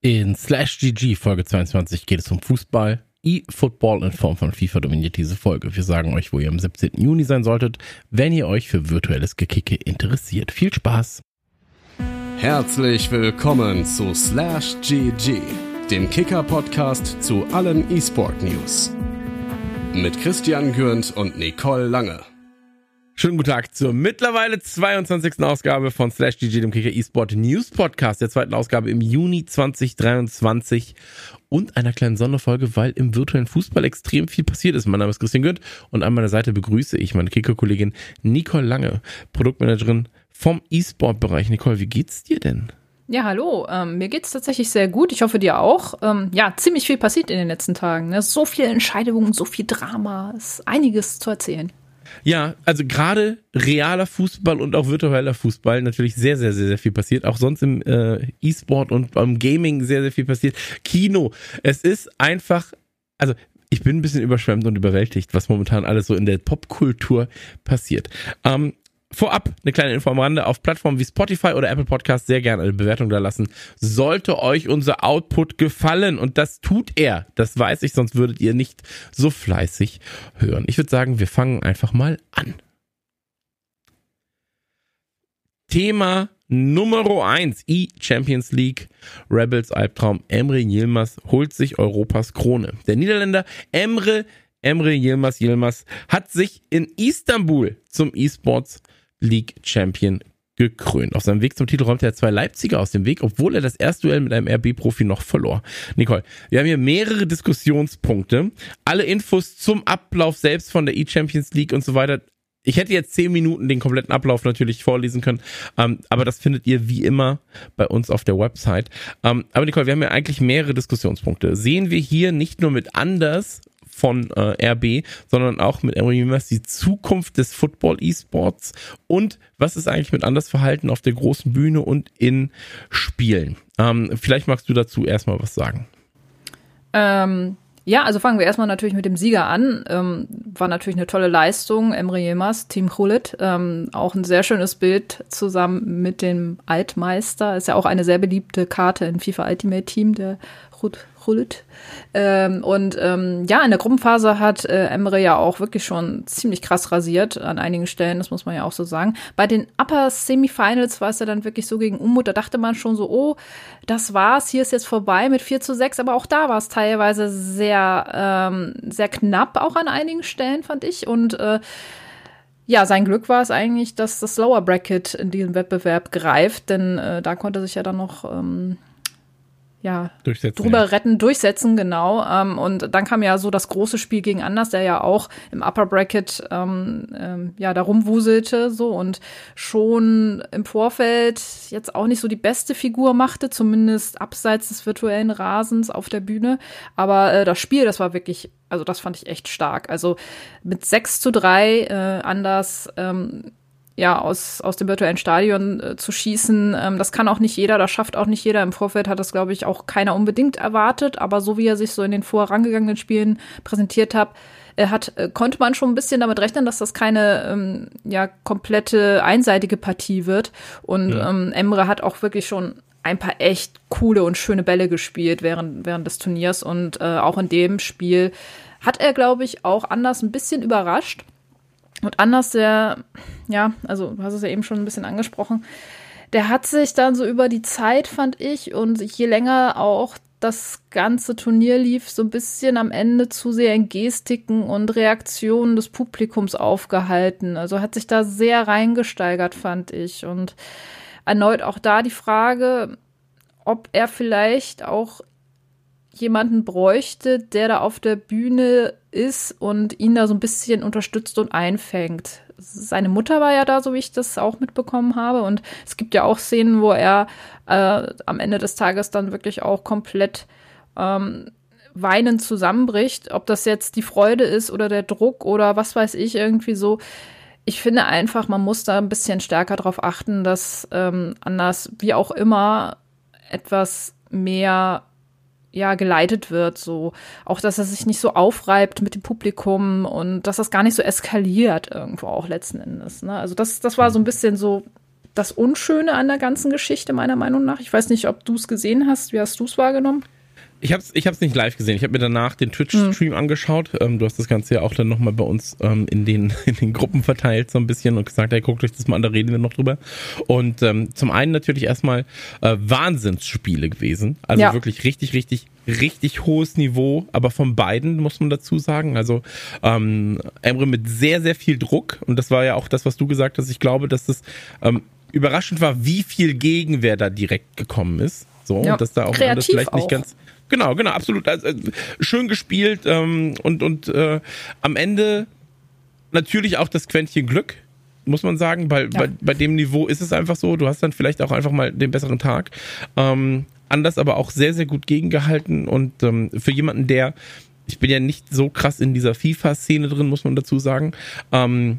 In /GG Folge 22 geht es um Fußball. eFootball in Form von FIFA dominiert diese Folge. Wir sagen euch, wo ihr am 17. Juni sein solltet, wenn ihr euch für virtuelles Gekicke interessiert. Viel Spaß! Herzlich willkommen zu /GG, dem Kicker-Podcast zu allen E-Sport-News. Mit Christian Gürnt und Nicole Lange. Schönen guten Tag zur mittlerweile 22. Ausgabe von /GG, dem Kicker eSport News Podcast, der zweiten Ausgabe im Juni 2023 und einer kleinen Sonderfolge, weil im virtuellen Fußball extrem viel passiert ist. Mein Name ist Christian Gürnt und an meiner Seite begrüße ich meine Kicker-Kollegin Nicole Lange, Produktmanagerin vom eSport-Bereich. Nicole, wie geht's dir denn? Ja, hallo. Mir geht's tatsächlich sehr gut. Ich hoffe, dir auch. Ziemlich viel passiert in den letzten Tagen. Ne? So viele Entscheidungen, so viel Drama. Ist einiges zu erzählen. Ja, also gerade realer Fußball und auch virtueller Fußball natürlich sehr, sehr, sehr, sehr viel passiert. Auch sonst im E-Sport und beim Gaming sehr, sehr viel passiert. Kino, es ist einfach, also ich bin ein bisschen überschwemmt und überwältigt, was momentan alles so in der Popkultur passiert. Vorab eine kleine Info am Rande: Auf Plattformen wie Spotify oder Apple Podcast sehr gerne eine Bewertung da lassen. Sollte euch unser Output gefallen, und das tut er, das weiß ich, sonst würdet ihr nicht so fleißig hören. Ich würde sagen, wir fangen einfach mal an. Thema Nummer 1, E-Champions League, Rebels Albtraum. Emre Yilmaz holt sich Europas Krone. Der Niederländer Emre Yilmaz hat sich in Istanbul zum E-Sports League Champion gekrönt. Auf seinem Weg zum Titel räumte er 2 Leipziger aus dem Weg, obwohl er das erste Duell mit einem RB-Profi noch verlor. Nicole, wir haben hier mehrere Diskussionspunkte. Alle Infos zum Ablauf selbst von der E-Champions League und so weiter. Ich hätte jetzt 10 Minuten den kompletten Ablauf natürlich vorlesen können, aber das findet ihr wie immer bei uns auf der Website. Aber Nicole, wir haben ja eigentlich mehrere Diskussionspunkte. Sehen wir hier nicht nur mit Anders von RB, sondern auch mit Emre Yilmaz die Zukunft des Football-E-Sports und was ist eigentlich mit Anders Verhalten auf der großen Bühne und in Spielen? Vielleicht magst du dazu erstmal was sagen. Ja, also fangen wir erstmal natürlich mit dem Sieger an. War natürlich eine tolle Leistung. Emre Yilmaz, Team Gullit. Auch ein sehr schönes Bild zusammen mit dem Altmeister. Ist ja auch eine sehr beliebte Karte in FIFA Ultimate Team, der Gullit. In der Gruppenphase hat Emre ja auch wirklich schon ziemlich krass rasiert an einigen Stellen, das muss man ja auch so sagen. Bei den Upper Semifinals war es ja dann wirklich so gegen Unmut, da dachte man schon so, oh, das war's, hier ist jetzt vorbei mit 4:6, aber auch da war es teilweise sehr, sehr knapp, auch an einigen Stellen, fand ich. Und sein Glück war es eigentlich, dass das Lower Bracket in diesem Wettbewerb greift, denn da konnte sich ja dann noch durchsetzen, genau. Und dann kam ja so das große Spiel gegen Anders, der ja auch im Upper Bracket da rumwuselte so und schon im Vorfeld jetzt auch nicht so die beste Figur machte, zumindest abseits des virtuellen Rasens auf der Bühne. Aber das Spiel, das war wirklich, also das fand ich echt stark. Also mit 6:3 Anders aus dem virtuellen Stadion zu schießen, das kann auch nicht jeder, das schafft auch nicht jeder. Im Vorfeld hat das, glaube ich, auch keiner unbedingt erwartet, aber so wie er sich so in den vorangegangenen Spielen präsentiert hat, konnte man schon ein bisschen damit rechnen, dass das keine komplette einseitige Partie wird. Und Emre hat auch wirklich schon ein paar echt coole und schöne Bälle gespielt während des Turniers. Und auch in dem Spiel hat er, glaube ich, auch Anders ein bisschen überrascht. Und Anders, du hast es ja eben schon ein bisschen angesprochen, der hat sich dann so über die Zeit, fand ich, und je länger auch das ganze Turnier lief, so ein bisschen am Ende zu sehr in Gestiken und Reaktionen des Publikums aufgehalten. Also hat sich da sehr reingesteigert, fand ich. Und erneut auch da die Frage, ob er vielleicht auch jemanden bräuchte, der da auf der Bühne ist und ihn da so ein bisschen unterstützt und einfängt. Seine Mutter war ja da, so wie ich das auch mitbekommen habe. Und es gibt ja auch Szenen, wo er am Ende des Tages dann wirklich auch komplett weinend zusammenbricht. Ob das jetzt die Freude ist oder der Druck oder was weiß ich, irgendwie so. Ich finde einfach, man muss da ein bisschen stärker drauf achten, dass Anders, wie auch immer, etwas mehr geleitet wird, so auch, dass er sich nicht so aufreibt mit dem Publikum und dass das gar nicht so eskaliert irgendwo auch letzten Endes, ne? Also das war so ein bisschen so das Unschöne an der ganzen Geschichte, meiner Meinung nach. Ich weiß nicht, ob du es gesehen hast. Wie hast du es wahrgenommen? Ich hab's nicht live gesehen. Ich habe mir danach den Twitch-Stream angeschaut. Du hast das Ganze ja auch dann nochmal bei uns in den Gruppen verteilt so ein bisschen und gesagt, hey, guckt euch das mal an, da reden wir noch drüber. Und zum einen natürlich erstmal Wahnsinnsspiele gewesen. Also wirklich richtig hohes Niveau, aber von beiden muss man dazu sagen. Also Emre mit sehr, sehr viel Druck, und das war ja auch das, was du gesagt hast. Ich glaube, dass das überraschend war, wie viel Gegenwehr da direkt gekommen ist. So, und dass da auch alles vielleicht nicht ganz... Genau, absolut. Also, schön gespielt und am Ende natürlich auch das Quäntchen Glück, muss man sagen. Bei dem Niveau ist es einfach so. Du hast dann vielleicht auch einfach mal den besseren Tag. Anders aber auch sehr, sehr gut gegengehalten. Und für jemanden, ich bin ja nicht so krass in dieser FIFA-Szene drin, muss man dazu sagen. Aber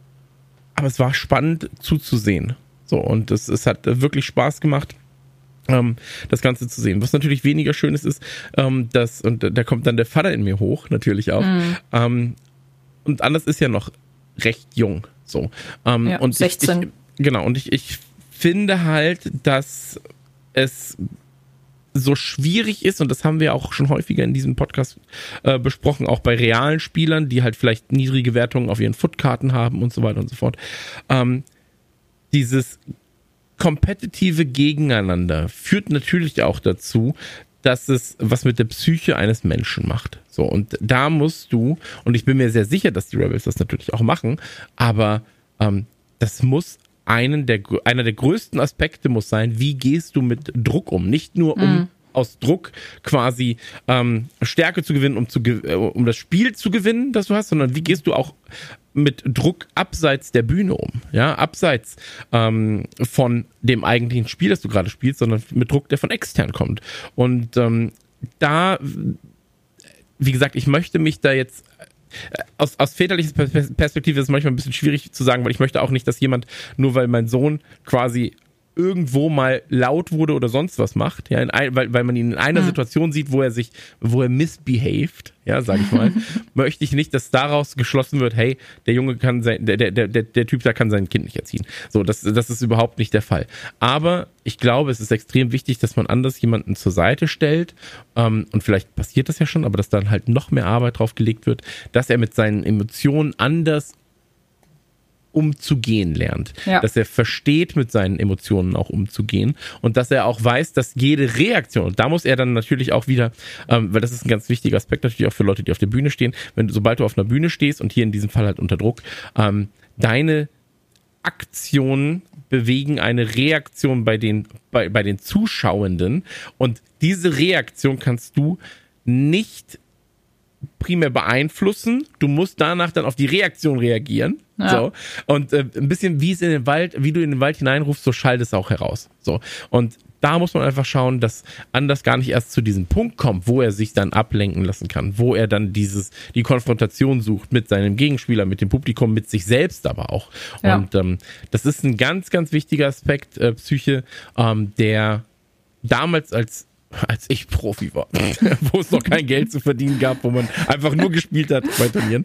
es war spannend zuzusehen. So, und es hat wirklich Spaß gemacht, das Ganze zu sehen. Was natürlich weniger schön ist, und da kommt dann der Vater in mir hoch, natürlich auch. Und Anders ist ja noch recht jung. So. Und 16. Ich finde halt, dass es so schwierig ist, und das haben wir auch schon häufiger in diesem Podcast besprochen, auch bei realen Spielern, die halt vielleicht niedrige Wertungen auf ihren Footkarten haben und so weiter und so fort. Dieses kompetitive Gegeneinander führt natürlich auch dazu, dass es was mit der Psyche eines Menschen macht. So, und da musst du, und ich bin mir sehr sicher, dass die Rebels das natürlich auch machen, aber das muss einer der größten Aspekte muss sein, wie gehst du mit Druck um? Nicht nur aus Druck quasi Stärke zu gewinnen, um das Spiel zu gewinnen, das du hast, sondern wie gehst du auch mit Druck abseits der Bühne um, ja, abseits von dem eigentlichen Spiel, das du gerade spielst, sondern mit Druck, der von extern kommt. Und da, wie gesagt, ich möchte mich da jetzt aus väterlicher Perspektive ist es manchmal ein bisschen schwierig zu sagen, weil ich möchte auch nicht, dass jemand, nur weil mein Sohn quasi irgendwo mal laut wurde oder sonst was macht, ja, weil man ihn in einer Situation sieht, wo er misbehaved, ja, sag ich mal, möchte ich nicht, dass daraus geschlossen wird, hey, der Junge kann der Typ da kann sein Kind nicht erziehen. So, das ist überhaupt nicht der Fall. Aber ich glaube, es ist extrem wichtig, dass man anders jemanden zur Seite stellt, und vielleicht passiert das ja schon, aber dass dann halt noch mehr Arbeit drauf gelegt wird, dass er mit seinen Emotionen anders umzugehen lernt, dass er versteht, mit seinen Emotionen auch umzugehen, und dass er auch weiß, dass jede Reaktion, und da muss er dann natürlich auch wieder, weil das ist ein ganz wichtiger Aspekt natürlich auch für Leute, die auf der Bühne stehen, sobald du auf einer Bühne stehst und hier in diesem Fall halt unter Druck, deine Aktionen bewegen eine Reaktion bei den Zuschauenden, und diese Reaktion kannst du nicht primär beeinflussen, du musst danach dann auf die Reaktion reagieren. Ja. So. Und ein bisschen wie du in den Wald hineinrufst, so schallt es auch heraus. So. Und da muss man einfach schauen, dass Anders gar nicht erst zu diesem Punkt kommt, wo er sich dann ablenken lassen kann, wo er dann die Konfrontation sucht mit seinem Gegenspieler, mit dem Publikum, mit sich selbst aber auch. Ja. Und das ist ein ganz, ganz wichtiger Aspekt, Psyche, der damals als ich Profi war, wo es noch kein Geld zu verdienen gab, wo man einfach nur gespielt hat bei Turnieren,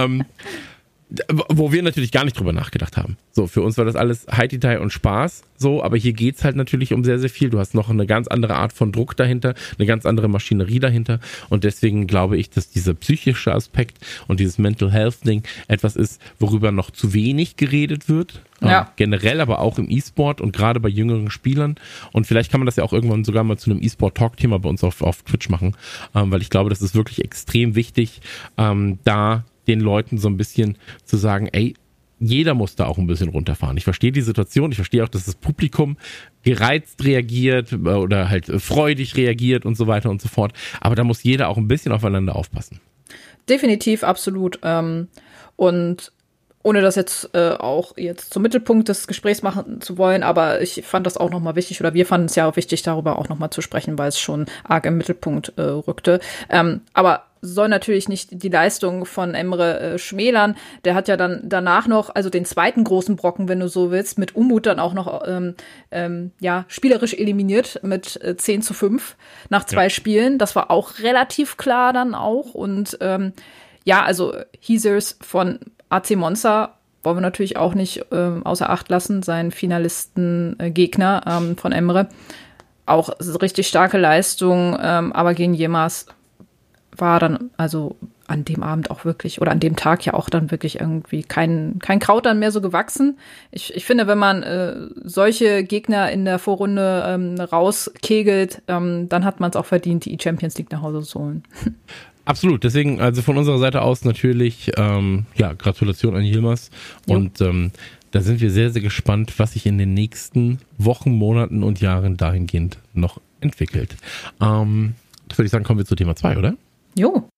wo wir natürlich gar nicht drüber nachgedacht haben. So, für uns war das alles High-Detail und Spaß, so, aber hier geht's halt natürlich um sehr, sehr viel. Du hast noch eine ganz andere Art von Druck dahinter, eine ganz andere Maschinerie dahinter, und deswegen glaube ich, dass dieser psychische Aspekt und dieses Mental Health-Ding etwas ist, worüber noch zu wenig geredet wird. Generell, aber auch im E-Sport und gerade bei jüngeren Spielern. Und vielleicht kann man das ja auch irgendwann sogar mal zu einem E-Sport-Talk-Thema bei uns auf Twitch machen, weil ich glaube, das ist wirklich extrem wichtig, da den Leuten so ein bisschen zu sagen, ey, jeder muss da auch ein bisschen runterfahren. Ich verstehe die Situation, ich verstehe auch, dass das Publikum gereizt reagiert oder halt freudig reagiert und so weiter und so fort. Aber da muss jeder auch ein bisschen aufeinander aufpassen. Definitiv, absolut. Und ohne das jetzt auch jetzt zum Mittelpunkt des Gesprächs machen zu wollen, aber ich fand das auch nochmal wichtig, oder wir fanden es ja auch wichtig, darüber auch nochmal zu sprechen, weil es schon arg im Mittelpunkt rückte. Aber soll natürlich nicht die Leistung von Emre schmälern. Der hat ja dann danach noch, also den zweiten großen Brocken, wenn du so willst, mit Umut dann auch noch spielerisch eliminiert mit 10:5 nach 2 Spielen. Das war auch relativ klar dann auch. Und also Heezers von AC Monza wollen wir natürlich auch nicht außer Acht lassen, seinen Finalisten-Gegner von Emre. Auch richtig starke Leistung, aber gegen Yilmaz war dann also an dem Abend auch wirklich, oder an dem Tag ja auch dann wirklich irgendwie kein Kraut dann mehr so gewachsen. Ich finde, wenn man solche Gegner in der Vorrunde rauskegelt, dann hat man es auch verdient, die Champions League nach Hause zu holen. Absolut, deswegen also von unserer Seite aus natürlich Gratulation an Yilmaz und da sind wir sehr, sehr gespannt, was sich in den nächsten Wochen, Monaten und Jahren dahingehend noch entwickelt. Das würde ich sagen, kommen wir zu Thema 2, oder? Jo.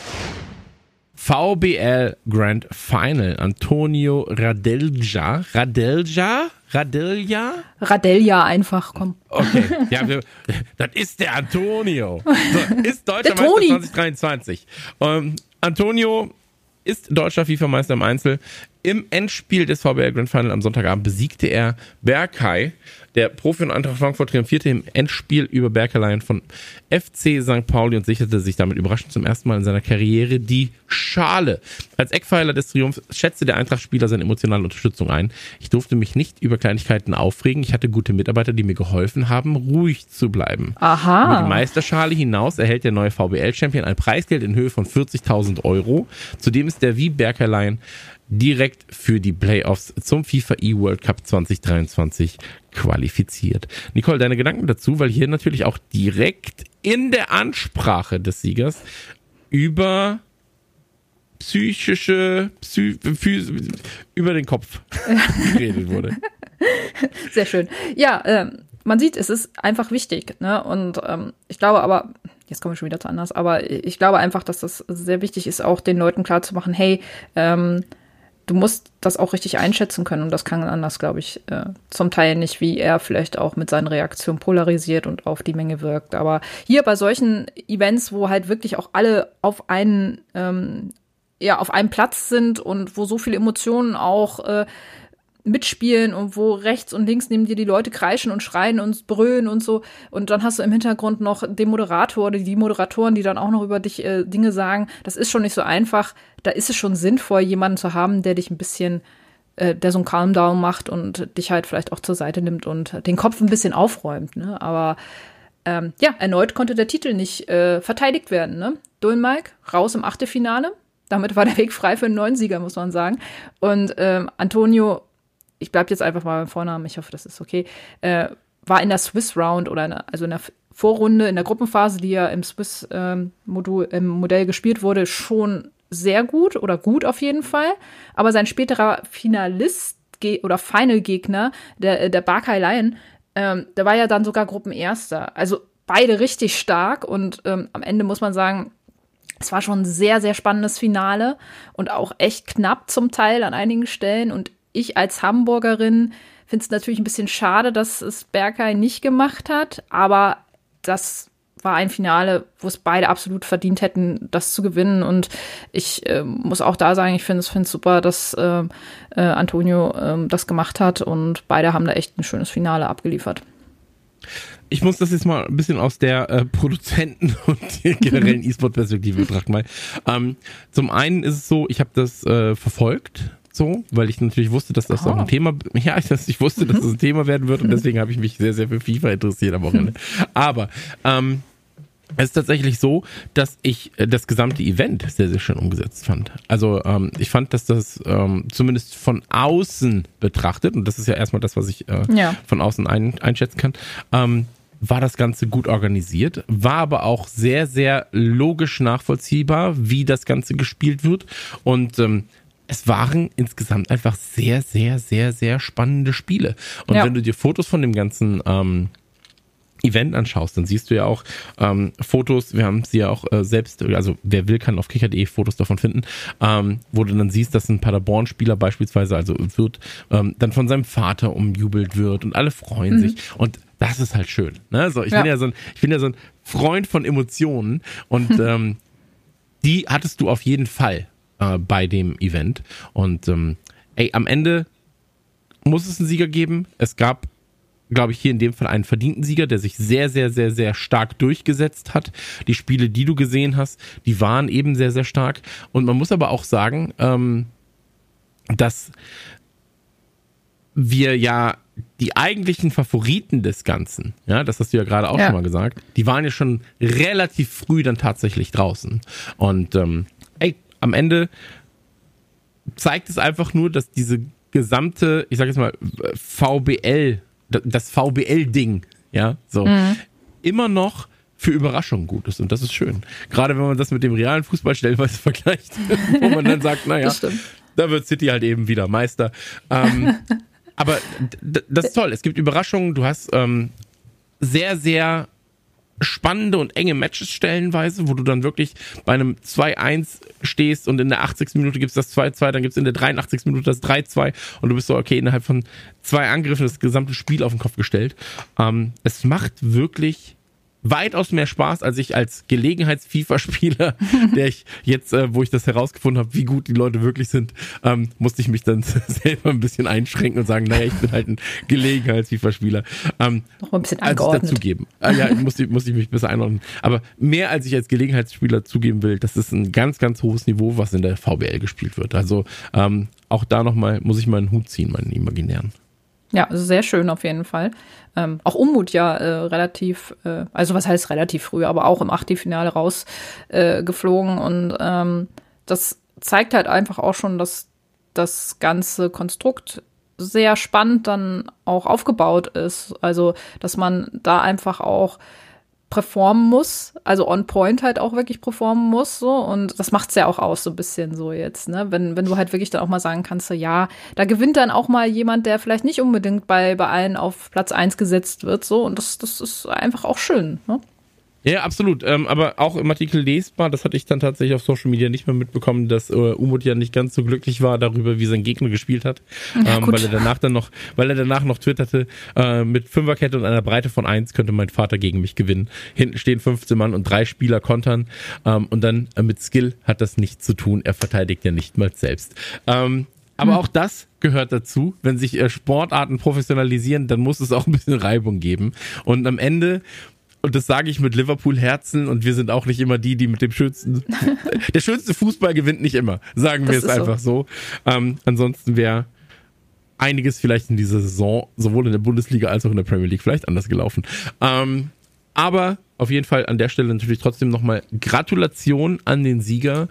VBL Grand Final. Antonio Radelja einfach, komm. Okay, ja, das ist der Antonio. So, ist Deutscher Meister 2023. Antonio ist deutscher FIFA-Meister im Einzel. Im Endspiel des VBL Grand Final am Sonntagabend besiegte er Berkay. Der Profi und Eintracht Frankfurt triumphierte im Endspiel über Berkay Lion von FC St. Pauli und sicherte sich damit überraschend zum ersten Mal in seiner Karriere die Schale. Als Eckpfeiler des Triumphs schätzte der Eintracht-Spieler seine emotionale Unterstützung ein. Ich durfte mich nicht über Kleinigkeiten aufregen. Ich hatte gute Mitarbeiter, die mir geholfen haben, ruhig zu bleiben. Aha. Über die Meisterschale hinaus erhält der neue VBL-Champion ein Preisgeld in Höhe von 40.000 €. Zudem ist der wie Berkay Lion direkt für die Playoffs zum FIFA E-World Cup 2023 qualifiziert. Nicole, deine Gedanken dazu, weil hier natürlich auch direkt in der Ansprache des Siegers über über den Kopf geredet wurde. Sehr schön. Ja, man sieht, es ist einfach wichtig, ne? Und ich glaube aber, jetzt kommen wir schon wieder zu anders, aber ich glaube einfach, dass das sehr wichtig ist, auch den Leuten klarzumachen, hey, du musst das auch richtig einschätzen können und das kann anders, glaube ich, zum Teil nicht, wie er vielleicht auch mit seinen Reaktionen polarisiert und auf die Menge wirkt. Aber hier bei solchen Events, wo halt wirklich auch alle auf einen Platz sind und wo so viele Emotionen auch mitspielen und wo rechts und links neben dir die Leute kreischen und schreien und brüllen und so. Und dann hast du im Hintergrund noch den Moderator oder die Moderatoren, die dann auch noch über dich Dinge sagen. Das ist schon nicht so einfach. Da ist es schon sinnvoll, jemanden zu haben, der dich ein bisschen, der so einen Calm Down macht und dich halt vielleicht auch zur Seite nimmt und den Kopf ein bisschen aufräumt. Ne? Aber erneut konnte der Titel nicht verteidigt werden. Ne? Dullenmike raus im Achtelfinale. Damit war der Weg frei für einen neuen Sieger, muss man sagen. Und Antonio, ich bleibe jetzt einfach mal beim Vornamen, ich hoffe, das ist okay, war in der Swiss Round oder in der Vorrunde, in der Gruppenphase, die ja im Swiss Modell gespielt wurde, schon sehr gut oder gut auf jeden Fall. Aber sein späterer Finalist oder Final-Gegner, der Berkay Lion, der war ja dann sogar Gruppenerster. Also beide richtig stark und am Ende muss man sagen, es war schon ein sehr, sehr spannendes Finale und auch echt knapp zum Teil an einigen Stellen. Und ich als Hamburgerin finde es natürlich ein bisschen schade, dass es Berkay nicht gemacht hat. Aber das war ein Finale, wo es beide absolut verdient hätten, das zu gewinnen. Und ich muss auch da sagen, ich finde es super, dass Antonio das gemacht hat. Und beide haben da echt ein schönes Finale abgeliefert. Ich muss das jetzt mal ein bisschen aus der Produzenten- und generellen E-Sport-Perspektive betrachten. Weil, zum einen ist es so, ich habe das verfolgt, so, weil ich natürlich wusste, dass das auch ein Thema, ich wusste, dass das ein Thema werden wird und deswegen habe ich mich sehr, sehr für FIFA interessiert am Wochenende. Aber es ist tatsächlich so, dass ich das gesamte Event sehr, sehr schön umgesetzt fand. Also ich fand, dass das zumindest von außen betrachtet, und das ist ja erstmal das, was ich von außen einschätzen kann, war das Ganze gut organisiert, war aber auch sehr, sehr logisch nachvollziehbar, wie das Ganze gespielt wird. Und es waren insgesamt einfach sehr, sehr, sehr, sehr spannende Spiele. Und wenn du dir Fotos von dem ganzen Event anschaust, dann siehst du ja auch Fotos, wir haben sie ja auch selbst, also wer will, kann auf kicker.de Fotos davon finden, wo du dann siehst, dass ein Paderborn-Spieler beispielsweise, also wird, dann von seinem Vater umjubelt wird und alle freuen sich und das ist halt schön. Ne? Also ich bin ja so ein Freund von Emotionen und die hattest du auf jeden Fall bei dem Event und am Ende muss es einen Sieger geben. Es gab, glaube ich, hier in dem Fall einen verdienten Sieger, der sich sehr, sehr, sehr, sehr stark durchgesetzt hat. Die Spiele, die du gesehen hast, die waren eben sehr, sehr stark. Und man muss aber auch sagen, dass wir ja die eigentlichen Favoriten des Ganzen, ja, das hast du ja gerade auch schon mal gesagt, die waren ja schon relativ früh dann tatsächlich draußen. Und am Ende zeigt es einfach nur, dass diese gesamte, ich sag jetzt mal, VBL, das VBL-Ding, ja, so, immer noch für Überraschungen gut ist. Und das ist schön. Gerade wenn man das mit dem realen Fußball stellenweise vergleicht, wo man dann sagt, naja, da wird City halt eben wieder Meister. Aber das ist toll. Es gibt Überraschungen. Du hast sehr, sehr spannende und enge Matches stellenweise, wo du dann wirklich bei einem 2-1 stehst und in der 80. Minute gibt's das 2-2, dann gibt's in der 83. Minute das 3-2 und du bist so, okay, innerhalb von 2 Angriffen das gesamte Spiel auf den Kopf gestellt. Es macht wirklich weitaus mehr Spaß, als ich als Gelegenheits-FIFA-Spieler, der ich jetzt, wo ich das herausgefunden habe, wie gut die Leute wirklich sind, musste ich mich dann selber ein bisschen einschränken und sagen, naja, ich bin halt ein Gelegenheits-FIFA-Spieler. Noch mal ein bisschen angeordnet. Also dazugeben. Ja, musste ich mich besser einordnen. Aber mehr als ich als Gelegenheitsspieler zugeben will, das ist ein ganz, ganz hohes Niveau, was in der VBL gespielt wird. Also auch da nochmal muss ich meinen Hut ziehen, meinen imaginären. Ja, also sehr schön auf jeden Fall. Auch Unmut ja relativ, also was heißt relativ früh, aber auch im Achtelfinale rausgeflogen. Und das zeigt halt einfach auch schon, dass das ganze Konstrukt sehr spannend dann auch aufgebaut ist. Also, dass man da einfach auch performen muss, also on point halt auch wirklich performen muss, so, und das macht's ja auch aus, so ein bisschen so jetzt, ne, wenn du halt wirklich dann auch mal sagen kannst, so, ja, da gewinnt dann auch mal jemand, der vielleicht nicht unbedingt bei allen auf Platz 1 gesetzt wird, so, und das ist einfach auch schön, ne? Ja, absolut. Aber auch im Artikel lesbar, das hatte ich dann tatsächlich auf Social Media nicht mehr mitbekommen, dass Umut ja nicht ganz so glücklich war darüber, wie sein Gegner gespielt hat. Weil er danach noch twitterte, mit Fünferkette und einer Breite von 1 könnte mein Vater gegen mich gewinnen. Hinten stehen 15 Mann und 3 Spieler kontern. Und dann mit Skill hat das nichts zu tun. Er verteidigt ja nicht mal selbst. Aber auch das gehört dazu. Wenn sich Sportarten professionalisieren, dann muss es auch ein bisschen Reibung geben. Und am Ende, und das sage ich mit Liverpool-Herzen, und wir sind auch nicht immer die mit dem schönsten, der schönste Fußball gewinnt nicht immer, sagen wir es einfach so. Ansonsten wäre einiges vielleicht in dieser Saison, sowohl in der Bundesliga als auch in der Premier League, vielleicht anders gelaufen. Aber auf jeden Fall an der Stelle natürlich trotzdem nochmal Gratulation an den Sieger.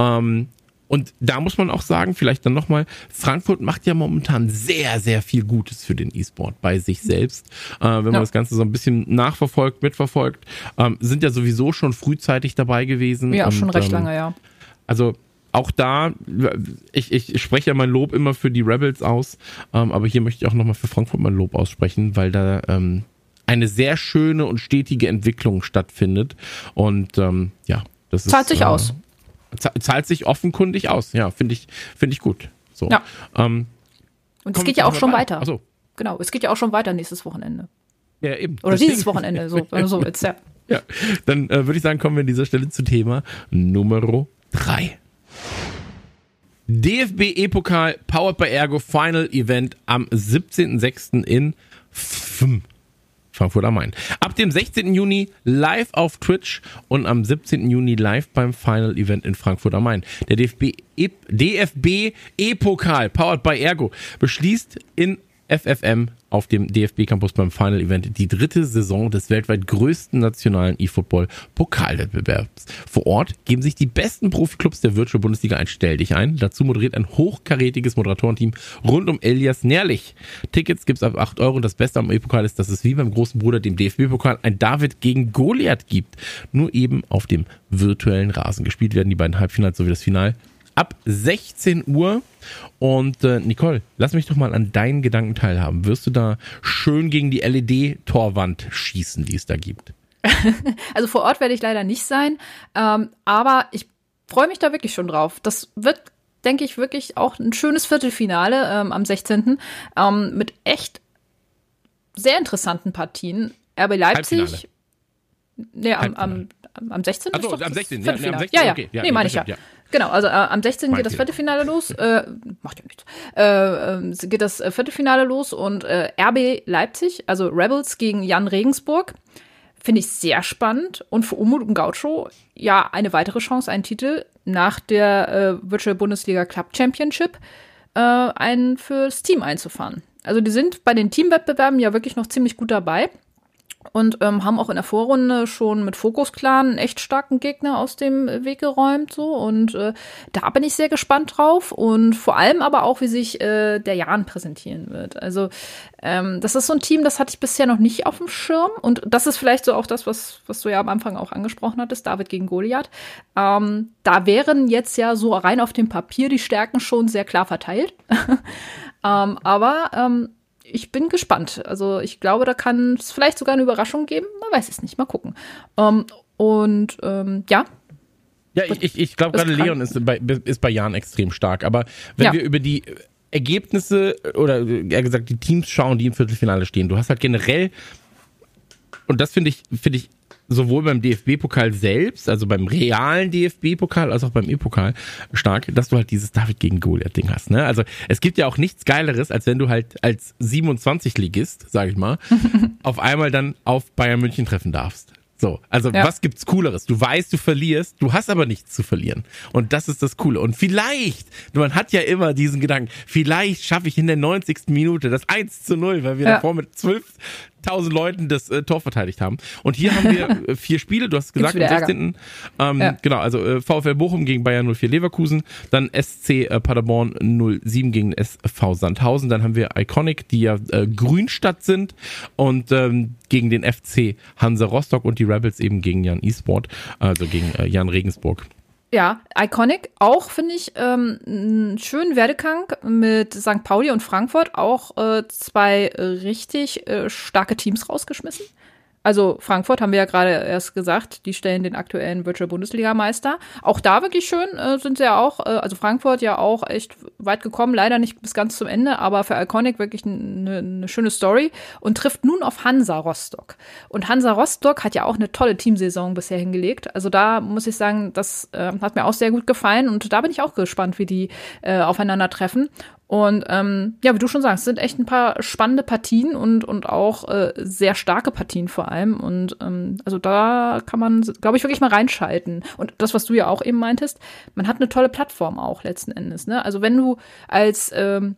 Und da muss man auch sagen, vielleicht dann nochmal, Frankfurt macht ja momentan sehr, sehr viel Gutes für den E-Sport bei sich selbst. Wenn man das Ganze so ein bisschen nachverfolgt, mitverfolgt, sind ja sowieso schon frühzeitig dabei gewesen. Ja, und, schon recht lange, ja. Also auch da, ich spreche ja mein Lob immer für die Rebels aus, aber hier möchte ich auch nochmal für Frankfurt mein Lob aussprechen, weil da eine sehr schöne und stetige Entwicklung stattfindet. Und das zahlt sich aus. Zahlt sich offenkundig aus, ja, finde ich gut. So. Ja. Und es geht ja auch schon weiter. Ach so. Genau, es geht ja auch schon weiter nächstes Wochenende. Ja, eben. Oder dieses Wochenende, so jetzt, ja. Ja, dann würde ich sagen, kommen wir an dieser Stelle zu Thema Nummer 3. DFB E-Pokal powered by Ergo Final Event am 17.06. in Frankfurt am Main. Ab dem 16. Juni live auf Twitch und am 17. Juni live beim Final Event in Frankfurt am Main. Der DFB E-Pokal powered by Ergo beschließt in FFM auf dem DFB Campus beim Final Event die 3. Saison des weltweit größten nationalen E-Football-Pokalwettbewerbs. Vor Ort geben sich die besten Profiklubs der Virtual Bundesliga ein Stell dich ein. Dazu moderiert ein hochkarätiges Moderatorenteam rund um Elias Nährlich. Tickets gibt's ab 8 Euro. Das Beste am E-Pokal ist, dass es wie beim großen Bruder, dem DFB-Pokal, ein David gegen Goliath gibt. Nur eben auf dem virtuellen Rasen. Gespielt werden die beiden Halbfinals sowie das Final ab 16 Uhr. Und Nicole, lass mich doch mal an deinen Gedanken teilhaben. Wirst du da schön gegen die LED-Torwand schießen, die es da gibt? Also vor Ort werde ich leider nicht sein, aber ich freue mich da wirklich schon drauf. Das wird, denke ich, wirklich auch ein schönes Viertelfinale am 16. Mit echt sehr interessanten Partien. RB Leipzig. Nee, am 16. Achso, am 16. Ja, am 16. Ja. Okay. Nee, meine ich ja. Genau, also am 16. geht das Viertelfinale los. Macht ja nichts. Geht das Viertelfinale los und RB Leipzig, also Rebels gegen Jan Regensburg, finde ich sehr spannend. Und für Umut und Gaucho ja eine weitere Chance, einen Titel nach der Virtual Bundesliga Club Championship einen fürs Team einzufahren. Also die sind bei den Teamwettbewerben ja wirklich noch ziemlich gut dabei. Und haben auch in der Vorrunde schon mit Focus Clan einen echt starken Gegner aus dem Weg geräumt. So. Und da bin ich sehr gespannt drauf. Und vor allem aber auch, wie sich der Jan präsentieren wird. Also das ist so ein Team, das hatte ich bisher noch nicht auf dem Schirm. Und das ist vielleicht so auch das, was du ja am Anfang auch angesprochen hattest, David gegen Goliath. Da wären jetzt ja so rein auf dem Papier die Stärken schon sehr klar verteilt. Aber ich bin gespannt. Also ich glaube, da kann es vielleicht sogar eine Überraschung geben. Man weiß es nicht. Mal gucken. Ja. Ja, ich glaube gerade Leon ist bei Jan extrem stark. Aber wenn wir über die Ergebnisse oder eher gesagt die Teams schauen, die im Viertelfinale stehen, du hast halt generell, und das finde ich sowohl beim DFB-Pokal selbst, also beim realen DFB-Pokal, als auch beim E-Pokal stark, dass du halt dieses David gegen Goliath-Ding hast. Ne? Also es gibt ja auch nichts Geileres, als wenn du halt als 27-Ligist, sag ich mal, auf einmal dann auf Bayern München treffen darfst. So, also was gibt's Cooleres? Du weißt, du verlierst, du hast aber nichts zu verlieren. Und das ist das Coole. Und vielleicht, man hat ja immer diesen Gedanken, vielleicht schaffe ich in der 90. Minute das 1:0, weil wir davor mit 12.000 Leuten das Tor verteidigt haben. Und hier haben wir 4 Spiele, du hast gesagt, am 16. Genau, also VfL Bochum gegen Bayern 04 Leverkusen, dann SC Paderborn 07 gegen SV Sandhausen, dann haben wir Iconic, die ja Grünstadt sind, und gegen den FC Hansa Rostock, und die Rebels eben gegen Jan E-Sport, also gegen Jan Regensburg. Ja, Iconic auch, finde ich, einen schönen Werdegang mit St. Pauli und Frankfurt, auch 2 richtig starke Teams rausgeschmissen. Also Frankfurt haben wir ja gerade erst gesagt, die stellen den aktuellen Virtual Bundesligameister. Auch da wirklich schön sind sie ja auch, also Frankfurt ja auch echt weit gekommen, leider nicht bis ganz zum Ende, aber für Iconic wirklich eine schöne Story, und trifft nun auf Hansa Rostock. Und Hansa Rostock hat ja auch eine tolle Teamsaison bisher hingelegt. Also da muss ich sagen, das hat mir auch sehr gut gefallen, und da bin ich auch gespannt, wie die aufeinandertreffen. Und wie du schon sagst, sind echt ein paar spannende Partien und auch sehr starke Partien vor allem. Und also da kann man, glaube ich, wirklich mal reinschalten. Und das, was du ja auch eben meintest, man hat eine tolle Plattform auch letzten Endes. Ne? Also wenn du als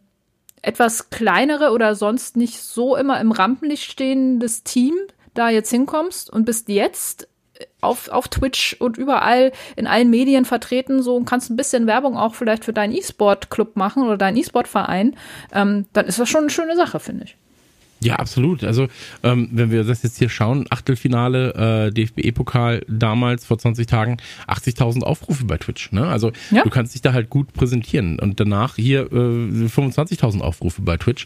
etwas kleinere oder sonst nicht so immer im Rampenlicht stehendes Team da jetzt hinkommst und bist jetzt auf Twitch und überall in allen Medien vertreten, so, und kannst ein bisschen Werbung auch vielleicht für deinen E-Sport-Club machen oder deinen E-Sport-Verein, dann ist das schon eine schöne Sache, finde ich. Ja, absolut. Also wenn wir das jetzt hier schauen, Achtelfinale DFB-Pokal damals vor 20 Tagen, 80.000 Aufrufe bei Twitch. Ne? Also du kannst dich da halt gut präsentieren. Und danach hier 25.000 Aufrufe bei Twitch.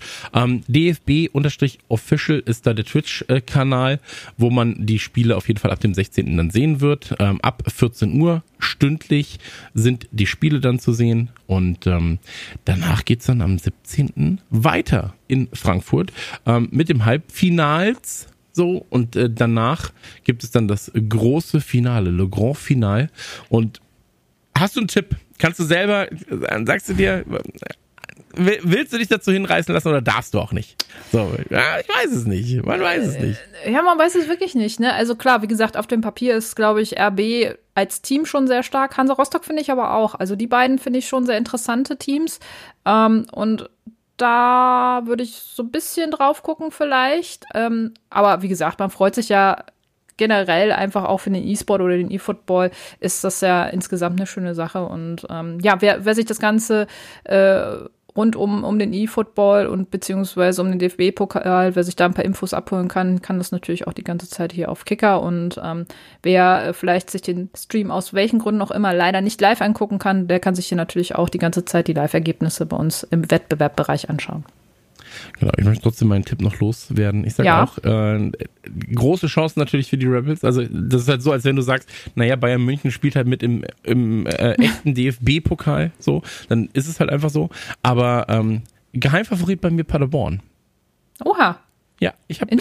DFB-Official ist da der Twitch-Kanal, wo man die Spiele auf jeden Fall ab dem 16. dann sehen wird. Ab 14 Uhr stündlich sind die Spiele dann zu sehen. Und danach geht's dann am 17. weiter in Frankfurt mit dem Halbfinals. So, und danach gibt es dann das große Finale, Le Grand Finale. Und hast du einen Tipp? Kannst du selber, sagst du dir, willst du dich dazu hinreißen lassen oder darfst du auch nicht? So, ja, ich weiß es nicht. Man weiß es nicht. Ja, man weiß es wirklich nicht, ne? Also klar, wie gesagt, auf dem Papier ist, glaube ich, RB als Team schon sehr stark. Hansa Rostock finde ich aber auch. Also die beiden finde ich schon sehr interessante Teams. Und da würde ich so ein bisschen drauf gucken vielleicht. Aber wie gesagt, man freut sich ja generell einfach auch für den E-Sport oder den E-Football, ist das ja insgesamt eine schöne Sache. Und wer sich das Ganze rund um den E-Football und beziehungsweise um den DFB-Pokal, wer sich da ein paar Infos abholen kann das natürlich auch die ganze Zeit hier auf Kicker. Und wer vielleicht sich den Stream aus welchen Gründen auch immer leider nicht live angucken kann, der kann sich hier natürlich auch die ganze Zeit die Live-Ergebnisse bei uns im Wettbewerbbereich anschauen. Genau, ich möchte trotzdem meinen Tipp noch loswerden. Ich sage auch, große Chance natürlich für die Rebels. Also das ist halt so, als wenn du sagst, naja, Bayern München spielt halt mit im echten DFB-Pokal, so, dann ist es halt einfach so. Aber Geheimfavorit bei mir Paderborn. Oha. Ja, ich habe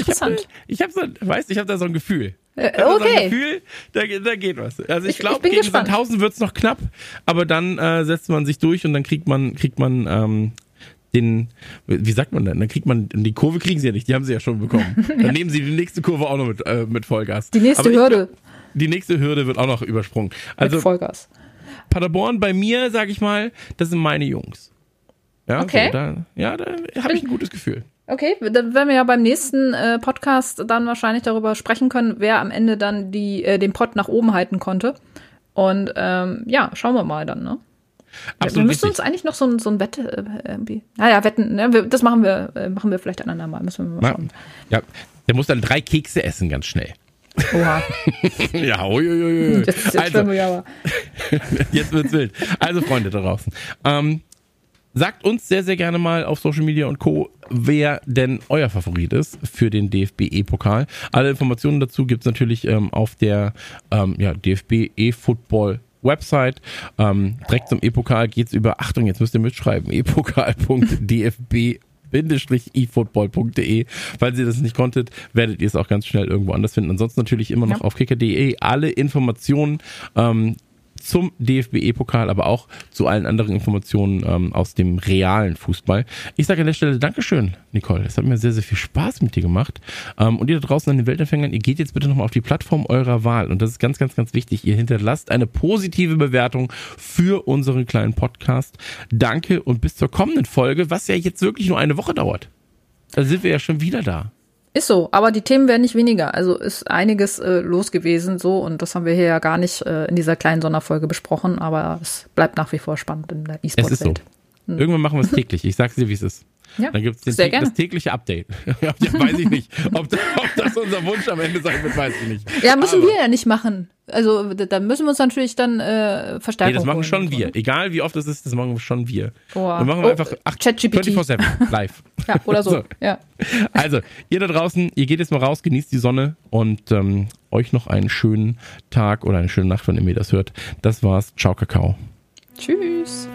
da so ein Gefühl. Okay. So ein Gefühl, da geht was. Also ich glaube, gegen Sandhausen wird's noch knapp, aber dann setzt man sich durch und dann kriegt man wie sagt man denn? Dann kriegt man, die Kurve kriegen sie ja nicht, die haben sie ja schon bekommen. Dann nehmen sie die nächste Kurve auch noch mit Vollgas. Die nächste Hürde. Die nächste Hürde wird auch noch übersprungen. Also mit Vollgas. Paderborn bei mir, sag ich mal, das sind meine Jungs. Ja, Okay. So, da habe ich ein gutes Gefühl. Okay, dann werden wir ja beim nächsten Podcast dann wahrscheinlich darüber sprechen können, wer am Ende dann den Pott nach oben halten konnte. Und schauen wir mal dann, ne? Absolut wir müssen richtig. uns eigentlich noch so ein Wette irgendwie. Wetten, ne? Das machen wir vielleicht ein andermal. Müssen wir mal schauen. Ja, der muss dann 3 Kekse essen, ganz schnell. Oha. Ja, uiuiui. Jetzt Also, werden wir ja aber. jetzt wird's wild. Also, Freunde da draußen. Sagt uns sehr, sehr gerne mal auf Social Media und Co., wer denn euer Favorit ist für den DFB-E-Pokal. Alle Informationen dazu gibt's natürlich auf der DFB-E-Football Website. Direkt zum E-Pokal geht's über, Achtung, jetzt müsst ihr mitschreiben, epokal.dfb-efootball.de. Falls ihr das nicht konntet, werdet ihr es auch ganz schnell irgendwo anders finden. Ansonsten natürlich immer noch auf kicker.de alle Informationen zum DFB-E-Pokal, aber auch zu allen anderen Informationen aus dem realen Fußball. Ich sage an der Stelle Dankeschön, Nicole. Es hat mir sehr, sehr viel Spaß mit dir gemacht. Und ihr da draußen an den Weltempfängern, ihr geht jetzt bitte nochmal auf die Plattform eurer Wahl. Und das ist ganz, ganz, ganz wichtig. Ihr hinterlasst eine positive Bewertung für unseren kleinen Podcast. Danke und bis zur kommenden Folge, was ja jetzt wirklich nur eine Woche dauert. Da sind wir ja schon wieder da. Ist so, aber die Themen werden nicht weniger. Also ist einiges los gewesen so und das haben wir hier ja gar nicht in dieser kleinen Sonderfolge besprochen, aber es bleibt nach wie vor spannend in der E-Sport-Welt. So. Irgendwann machen wir es täglich. Ich sag's dir, wie es ist. Ja, dann gibt es sehr das tägliche Update. Ja, weiß ich nicht. Ob das unser Wunsch am Ende sein wird, weiß ich nicht. Ja, müssen wir ja nicht machen. Also da müssen wir uns natürlich dann Verstärkung das machen holen schon wir. So. Egal wie oft es ist, das machen wir schon wir. Oh. Dann machen wir einfach ChatGPT 24/7 live. Ja, oder so. Ja. Also, ihr da draußen, ihr geht jetzt mal raus, genießt die Sonne und euch noch einen schönen Tag oder eine schöne Nacht, wenn ihr mir das hört. Das war's. Ciao, Kakao. Tschüss.